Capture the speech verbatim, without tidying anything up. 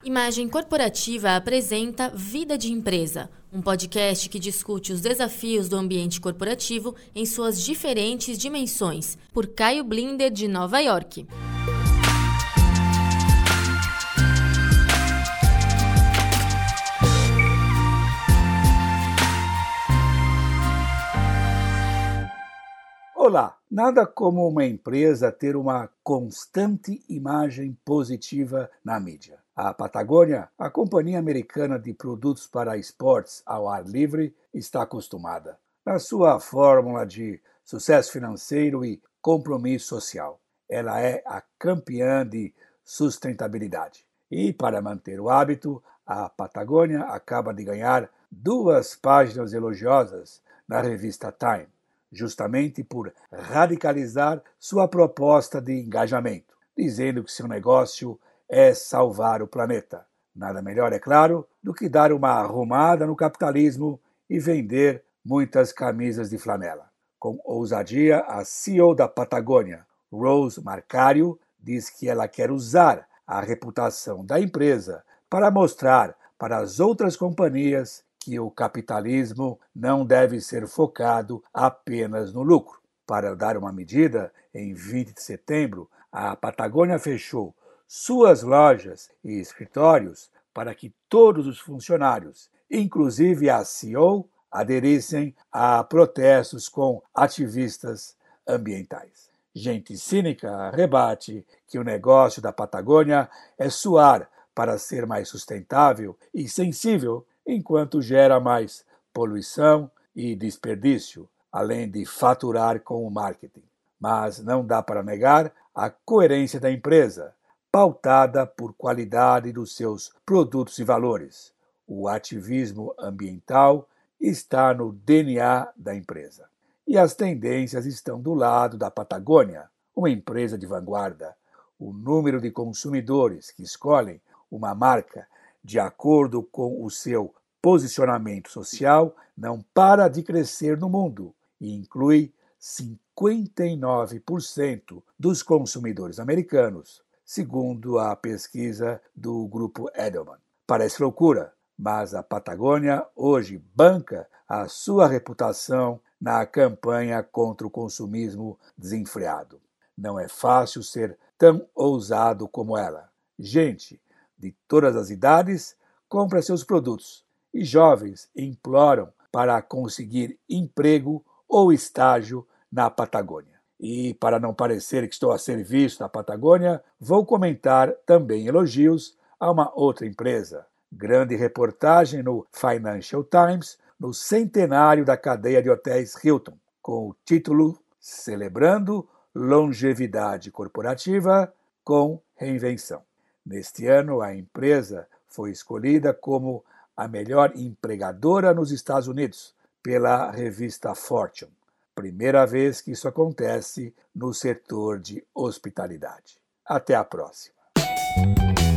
Imagem Corporativa apresenta Vida de Empresa, um podcast que discute os desafios do ambiente corporativo em suas diferentes dimensões, por Caio Blinder, de Nova York. Olá! Nada como uma empresa ter uma constante imagem positiva na mídia. A Patagônia, a companhia americana de produtos para esportes ao ar livre, está acostumada. Na sua fórmula de sucesso financeiro e compromisso social, ela é a campeã de sustentabilidade. E, para manter o hábito, a Patagônia acaba de ganhar duas páginas elogiosas na revista Time, justamente por radicalizar sua proposta de engajamento, dizendo que seu negócio é salvar o planeta. Nada melhor, é claro, do que dar uma arrumada no capitalismo e vender muitas camisas de flanela. Com ousadia, a C E O da Patagônia, Rose Marcario, diz que ela quer usar a reputação da empresa para mostrar para as outras companhias que o capitalismo não deve ser focado apenas no lucro. Para dar uma medida, em vinte de setembro, a Patagônia fechou suas lojas e escritórios para que todos os funcionários, inclusive a C E O, aderissem a protestos com ativistas ambientais. Gente cínica rebate que o negócio da Patagônia é suar para ser mais sustentável e sensível, enquanto gera mais poluição e desperdício, além de faturar com o marketing. Mas não dá para negar a coerência da empresa, pautada por qualidade dos seus produtos e valores. O ativismo ambiental está no D N A da empresa. E as tendências estão do lado da Patagônia, uma empresa de vanguarda. O número de consumidores que escolhem uma marca de acordo com o seu posicionamento social não para de crescer no mundo e inclui cinquenta e nove por cento dos consumidores americanos, segundo a pesquisa do grupo Edelman. Parece loucura, mas a Patagônia hoje banca a sua reputação na campanha contra o consumismo desenfreado. Não é fácil ser tão ousado como ela. Gente de todas as idades compra seus produtos e jovens imploram para conseguir emprego ou estágio na Patagônia. E, para não parecer que estou a serviço da Patagônia, vou comentar também elogios a uma outra empresa. Grande reportagem no Financial Times, no centenário da cadeia de hotéis Hilton, com o título Celebrando Longevidade Corporativa com Reinvenção. Neste ano, a empresa foi escolhida como a melhor empregadora nos Estados Unidos pela revista Fortune. Primeira vez que isso acontece no setor de hospitalidade. Até a próxima.